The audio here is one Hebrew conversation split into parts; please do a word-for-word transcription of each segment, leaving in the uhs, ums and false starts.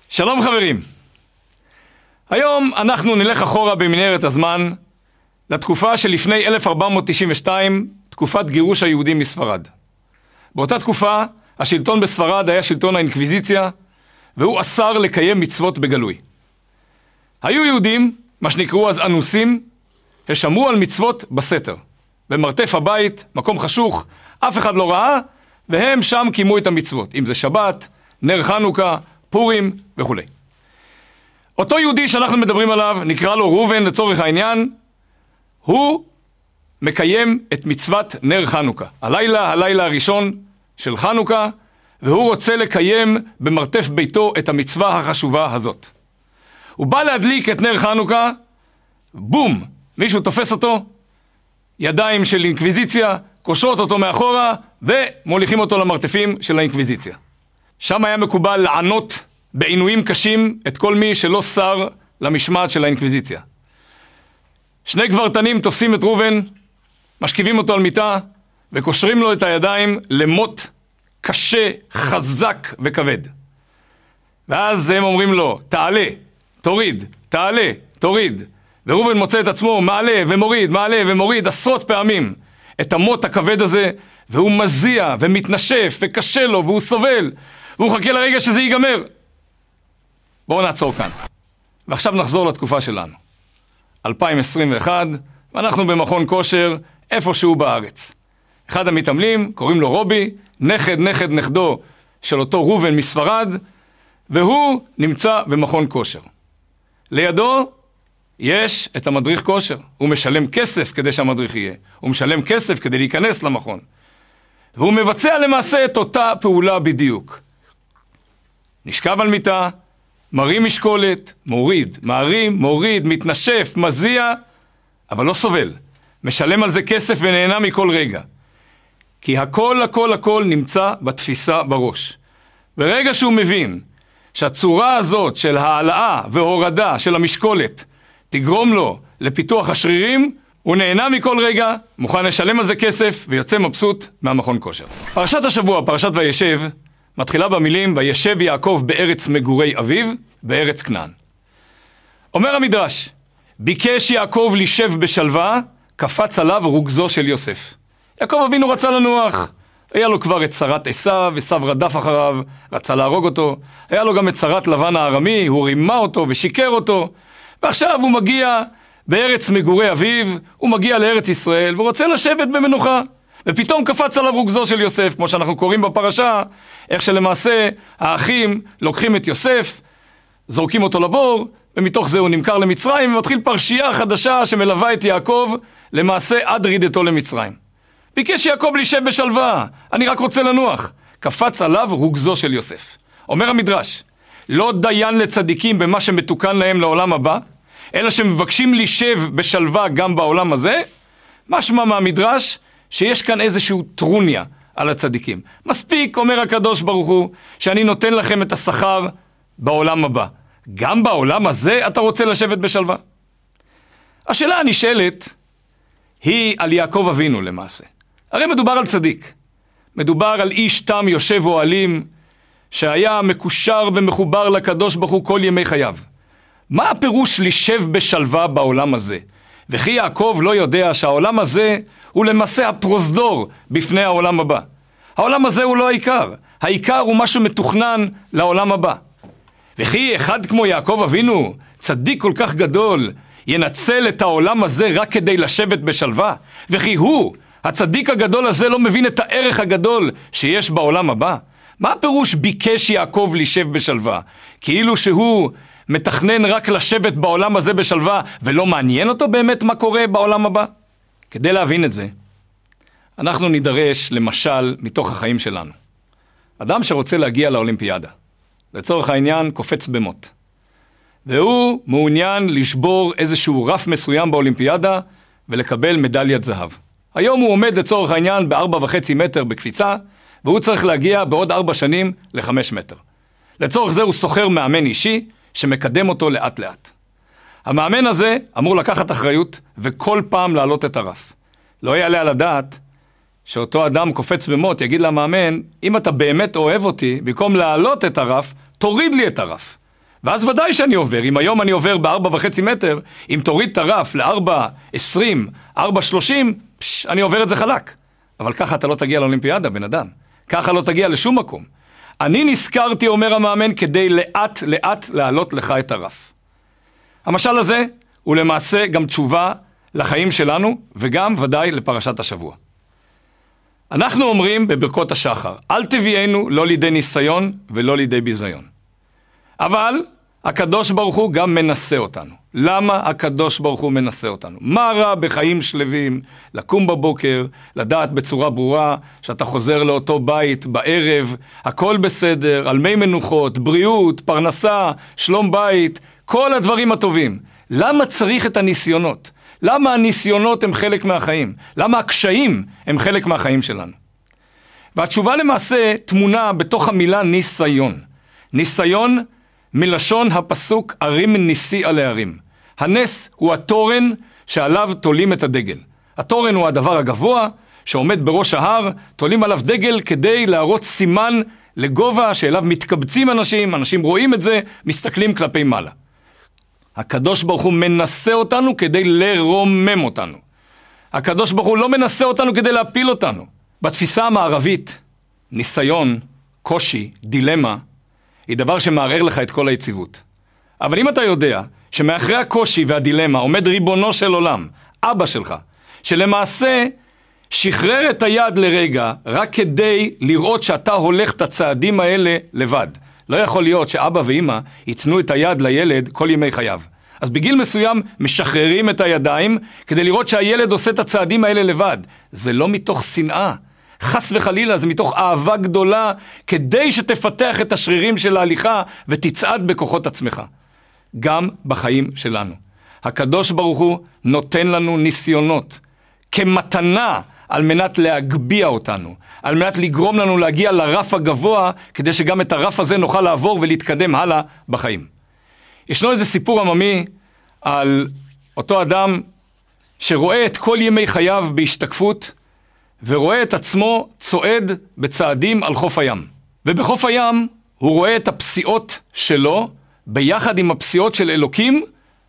שלום חברים, היום אנחנו נלך אחורה במנהרת הזמן לתקופה שלפני אלף ארבע מאות תשעים ושתיים, תקופת גירוש היהודים מספרד. באותה תקופה השלטון בספרד היה שלטון האינקוויזיציה, והוא אסר לקיים מצוות בגלוי. היו יהודים, מה שנקראו אז אנוסים, ששמרו על מצוות בסתר, במרתף הבית, מקום חשוך, אף אחד לא ראה, והם שם קיימו את המצוות, אם זה שבת, נר חנוכה, פורים וכו'. אותו יהודי שאנחנו מדברים עליו, נקרא לו ראובן לצורך העניין, הוא מקיים את מצוות נר חנוכה. הלילה, הלילה הראשון של חנוכה, והוא רוצה לקיים במרתף ביתו את המצווה החשובה הזאת. הוא בא להדליק את נר חנוכה, בום, מישהו תופס אותו, ידיים של אינקוויזיציה, קושרות אותו מאחורה, ומוליכים אותו למרתפים של האינקוויזיציה. שם היה מקובל לענות בעינויים קשים את כל מי שלא שר למשמעת של האינקוויזיציה. שני גברתנים תופסים את ראובן, משכיבים אותו על מיטה, וקושרים לו את הידיים למות קשה, חזק וכבד. ואז הם אומרים לו, תעלה, תוריד, תעלה, תוריד. וראובן מוצא את עצמו, מעלה ומוריד, מעלה ומוריד עשרות פעמים את המות הכבד הזה, והוא מזיע ומתנשף וקשה לו והוא סובל, והוא חכה לרגע שזה ייגמר. בואו נעצור כאן. ועכשיו נחזור לתקופה שלנו. אלפיים עשרים ואחת, ואנחנו במכון כושר, איפשהו בארץ. אחד המתעמלים, קוראים לו רובי, נכד נכד נכדו של אותו ראובן מספרד, והוא נמצא במכון כושר. לידו יש את המדריך כושר. הוא משלם כסף כדי שהמדריך יהיה. הוא משלם כסף כדי להיכנס למכון. והוא מבצע למעשה את אותה פעולה בדיוק. נשכב על מיטה, מרים משקולת, מוריד, מערים, מוריד, מתנשף, מזיע, אבל לא סובל. משלם על זה כסף ונהנה מכל רגע. כי הכל, הכל, הכל נמצא בתפיסה בראש. ברגע שהוא מבין שהצורה הזאת של העלאה והורדה של המשקולת תגרום לו לפיתוח השרירים, הוא נהנה מכל רגע, מוכן לשלם על זה כסף ויוצא מבסוט מהמכון כושר. פרשת השבוע, פרשת וישב, מתחילה במילים וישב יעקב בארץ מגורי אביו, בארץ כנען. אומר המדרש, ביקש יעקב לישב בשלווה, קפץ עליו רוגזו של יוסף. יעקב אבינו רצה לנוח, היה לו כבר את שרת עשיו, עשיו רדף אחריו, רצה להרוג אותו, היה לו גם את שרת לבן הארמי, הוא רימה אותו ושיקר אותו, ועכשיו הוא מגיע בארץ מגורי אביו, הוא מגיע לארץ ישראל, והוא רוצה לשבת במנוחה. ופתאום קפץ עליו רוגזו של יוסף, כמו שאנחנו קוראים בפרשה, איך שלמעשה האחים לוקחים את יוסף, זורקים אותו לבור, ומתוך זה הוא נמכר למצרים, ומתחיל פרשייה חדשה שמלווה את יעקב, למעשה עד רידתו למצרים. ביקש יעקב לישב בשלווה, אני רק רוצה לנוח. קפץ עליו רוגזו של יוסף. אומר המדרש, לא דיין לצדיקים במה שמתוקן להם לעולם הבא, אלא שמבקשים לישב בשלווה גם בעולם הזה, משמע מהמדרש שיש כאן איזשהו טרוניה על הצדיקים. מספיק, אומר הקדוש ברוך הוא, שאני נותן לכם את השכר בעולם הבא. גם בעולם הזה אתה רוצה לשבת בשלווה? השאלה הנשאלת היא על יעקב אבינו למעשה. הרי מדובר על צדיק. מדובר על איש תם יושב אוהלים, שהיה מקושר ומחובר לקדוש ברוך הוא כל ימי חייו. מה הפירוש לישב בשלווה בעולם הזה? וכי יעקב לא יודע שהעולם הזה הוא למעשה הפרוזדור בפני העולם הבא. העולם הזה הוא לא העיקר. העיקר הוא משהו מתוכנן לעולם הבא. וכי אחד כמו יעקב אבינו, צדיק כל כך גדול, ינצל את העולם הזה רק כדי לשבת בשלווה? וכי הוא, הצדיק הגדול הזה, לא מבין את הערך הגדול שיש בעולם הבא? מה הפירוש ביקש יעקב לישב בשלווה? כאילו שהוא מתכנן רק לשבת בעולם הזה בשלווה, ולא מעניין אותו באמת מה קורה בעולם הבא? כדי להבין את זה, אנחנו נידרש למשל מתוך החיים שלנו. אדם שרוצה להגיע לאולימפיאדה, לצורך העניין קופץ במות, והוא מעוניין לשבור איזשהו רף מסוים באולימפיאדה ולקבל מדליית זהב. היום הוא עומד לצורך העניין בארבע וחצי מטר בקפיצה, והוא צריך להגיע בעוד ארבע שנים לחמש מטר. לצורך זה הוא סוחר מאמן אישי שמקדם אותו לאט לאט. המאמן הזה אמור לקחת אחריות וכל פעם להעלות את הרף. לא יעלה על הדעת שאותו אדם קופץ במות יגיד למאמן, אם אתה באמת אוהב אותי, במקום להעלות את הרף, תוריד לי את הרף. ואז ודאי שאני עובר. אם היום אני עובר בארבע וחצי מטר, אם תוריד את הרף לארבע עשרים, ארבע שלושים, פש, אני עובר את זה חלק. אבל ככה אתה לא תגיע לאולימפיאדה, בן אדם. ככה לא תגיע לשום מקום. אני נזכרתי, אומר המאמן, כדי לאט לאט להעלות לך את הרף. המשל הזה הוא למעשה גם תשובה לחיים שלנו, וגם ודאי לפרשת השבוע. אנחנו אומרים בברכות השחר, אל תביאנו לא לידי ניסיון ולא לידי ביזיון. אבל הקדוש ברוך הוא גם מנסה אותנו. למה הקדוש ברוך הוא מנסה אותנו? מה רע בחיים שלווים, לקום בבוקר, לדעת בצורה ברורה שאתה חוזר לאותו בית בערב, הכל בסדר, על מי מנוחות, בריאות, פרנסה, שלום בית, כל הדברים הטובים. למה צריך את הניסיונות? למה הניסיונות הם חלק מהחיים? למה הקשיים הם חלק מהחיים שלנו? והתשובה למעשה תמונה בתוך המילה ניסיון. ניסיון מלשון הפסוק הרים ניסי על הערים. הנס הוא התורן שעליו תולים את הדגל. התורן הוא הדבר הגבוה שעומד בראש ההר, תולים עליו דגל כדי להראות סימן לגובה שאליו מתקבצים אנשים, אנשים רואים את זה, מסתכלים כלפי מעלה. הקדוש ברוך הוא מנסה אותנו כדי לרומם אותנו. הקדוש ברוך הוא לא מנסה אותנו כדי להפיל אותנו. בתפיסה המערבית, ניסיון, קושי, דילמה, היא דבר שמערער לך את כל היציבות. אבל אם אתה יודע שמאחרי הקושי והדילמה עומד ריבונו של עולם, אבא שלך, שלמעשה שחרר את היד לרגע רק כדי לראות שאתה הולך את הצעדים האלה לבד. לא יכול להיות שאבא ואמא ייתנו את היד לילד כל ימי חייו. אז בגיל מסוים משחררים את הידיים כדי לראות שהילד עושה את הצעדים האלה לבד. זה לא מתוך שנאה. חס וחלילה, זה מתוך אהבה גדולה כדי שתפתח את השרירים של ההליכה ותצעד בכוחות עצמך. גם בחיים שלנו. הקדוש ברוך הוא נותן לנו ניסיונות כמתנה על מנת להגביה אותנו, על מנת לגרום לנו להגיע לרף הגבוה, כדי שגם את הרף הזה נוכל לעבור ולהתקדם הלאה בחיים. ישנו איזה סיפור עממי על אותו אדם שרואה את כל ימי חייו בהשתקפות, ורואה את עצמו צועד בצעדים על חוף הים. ובחוף הים הוא רואה את הפסיעות שלו, ביחד עם הפסיעות של אלוקים,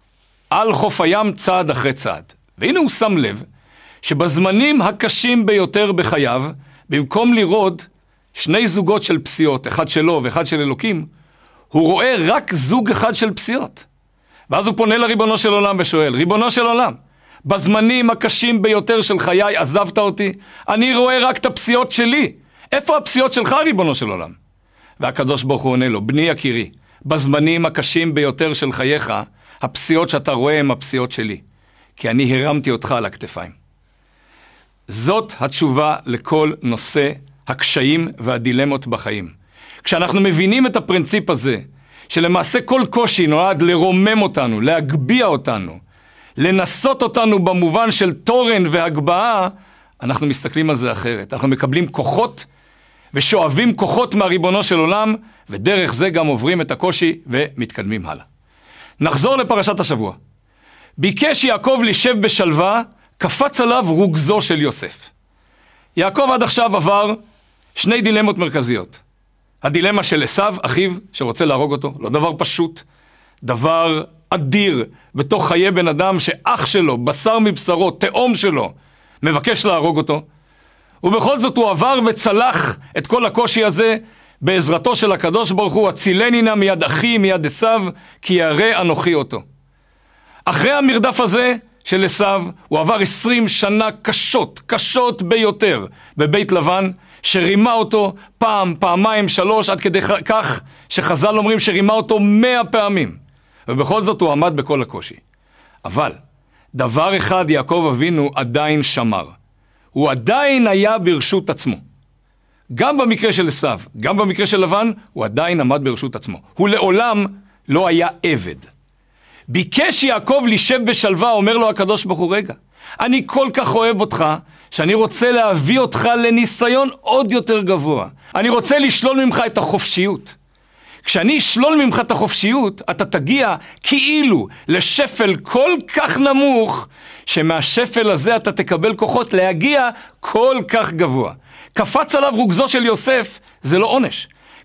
על חוף הים צעד אחרי צעד. והנה הוא שם לב, שבזמנים הקשים ביותר בחייו, במקום לראות שני זוגות של פסיעות, אחד שלו ואחד של אלוקים, הוא רואה רק זוג אחד של פסיעות. ואז הוא פונה לריבונו של עולם ושואל, ריבונו של עולם, בזמנים הקשים ביותר של חיי עזבת אותי, אני רואה רק את הפסיעות שלי. איפה הפסיעות שלך, ריבונו של עולם? והקדוש ברוך הוא עונה לו, בני יקירי, בזמנים הקשים ביותר של חייך, הפסיעות שאתה רואה הם הפסיעות שלי, כי אני הרמתי אותך על הכתפיים. זאת התשובה לכל נושא הקשיים והדילמות בחיים. כשאנחנו מבינים את הפרינציפ הזה, שלמעשה כל קושי נועד לרומם אותנו, להגביה אותנו, לנסות אותנו במובן של תורן והגבהה, אנחנו מסתכלים על זה אחרת. אנחנו מקבלים כוחות ושואבים כוחות מהריבונו של עולם, ודרך זה גם עוברים את הקושי ומתקדמים הלאה. נחזור לפרשת השבוע. ביקש יעקב לשב בשלווה, קפץ עליו רוגזו של יוסף. יעקב עד עכשיו עבר שני דילמות מרכזיות. הדילמה של עשיו, אחיו, שרוצה להרוג אותו, לא דבר פשוט, דבר אדיר בתוך חיי בן אדם שאח שלו, בשר מבשרו, תאום שלו, מבקש להרוג אותו. ובכל זאת הוא עבר וצלח את כל הקושי הזה בעזרתו של הקדוש ברוך הוא, הצילני נא מיד אחי, מיד עשיו, כי ירא אנוכי אותו. אחרי המרדף הזה של עשיו, הוא עבר עשרים שנה קשות, קשות ביותר בבית לבן, שרימה אותו פעם, פעמיים, שלוש, עד כדי כך שחז"ל אומרים שרימה אותו מאה פעמים. ובכל זאת הוא עמד בכל הקושי. אבל דבר אחד יעקב אבינו עדיין שמר. הוא עדיין היה ברשות עצמו. גם במקרה של עשיו, גם במקרה של לבן, הוא עדיין עמד ברשות עצמו. הוא לעולם לא היה עבד. ביקש יעקב לשב בשלווה, אומר לו הקדוש ברוך הוא, רגע, אני כל כך אוהב אותך, שאני רוצה להביא אותך לניסיון עוד יותר גבוה. אני רוצה לשלול ממך את החופשיות. כשאני אשלול ממך את החופשיות, אתה תגיע כאילו לשפל כל כך נמוך, שמהשפל הזה אתה תקבל כוחות להגיע כל כך גבוה. קפץ עליו רוגזו של יוסף, זה לא עונש.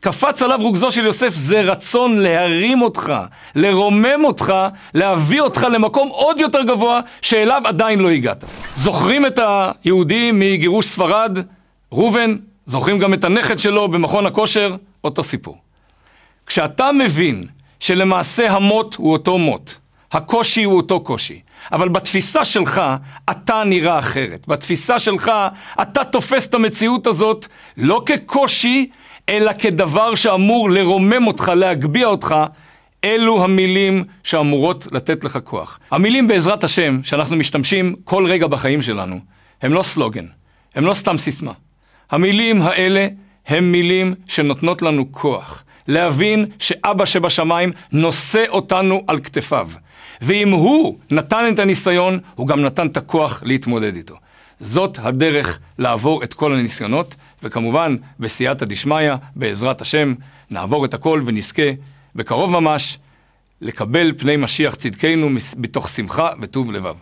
קפץ עליו רוגזו של יוסף, זה רצון להרים אותך, לרומם אותך, להביא אותך למקום עוד יותר גבוה שאליו עדיין לא הגעת. זוכרים את היהודי מגירוש ספרד, ראובן, זוכרים גם את הנכד שלו במכון הכושר, אותו סיפור. כשאתה מבין שלמעשה המות הוא אותו מות, הקושי הוא אותו קושי, אבל בתפיסה שלך אתה נראה אחרת. בתפיסה שלך אתה תופס את המציאות הזאת לא כקושי, אלא כדבר שאמור לרומם אותך, להגביה אותך. אלו המילים שאמורות לתת לך כוח. המילים בעזרת השם שאנחנו משתמשים כל רגע בחיים שלנו, הם לא סלוגן, הם לא סתם סיסמה. המילים האלה הם מילים שנותנות לנו כוח. להבין שאבא שבשמיים נושא אותנו על כתפיו. ואם הוא נתן את הניסיון, הוא גם נתן את הכוח להתמודד איתו. זאת הדרך לעבור את כל הניסיונות, וכמובן בסייעתא דשמיא, בעזרת השם, נעבור את הכל ונזכה בקרוב ממש לקבל פני משיח צדקנו בתוך שמחה וטוב לבב.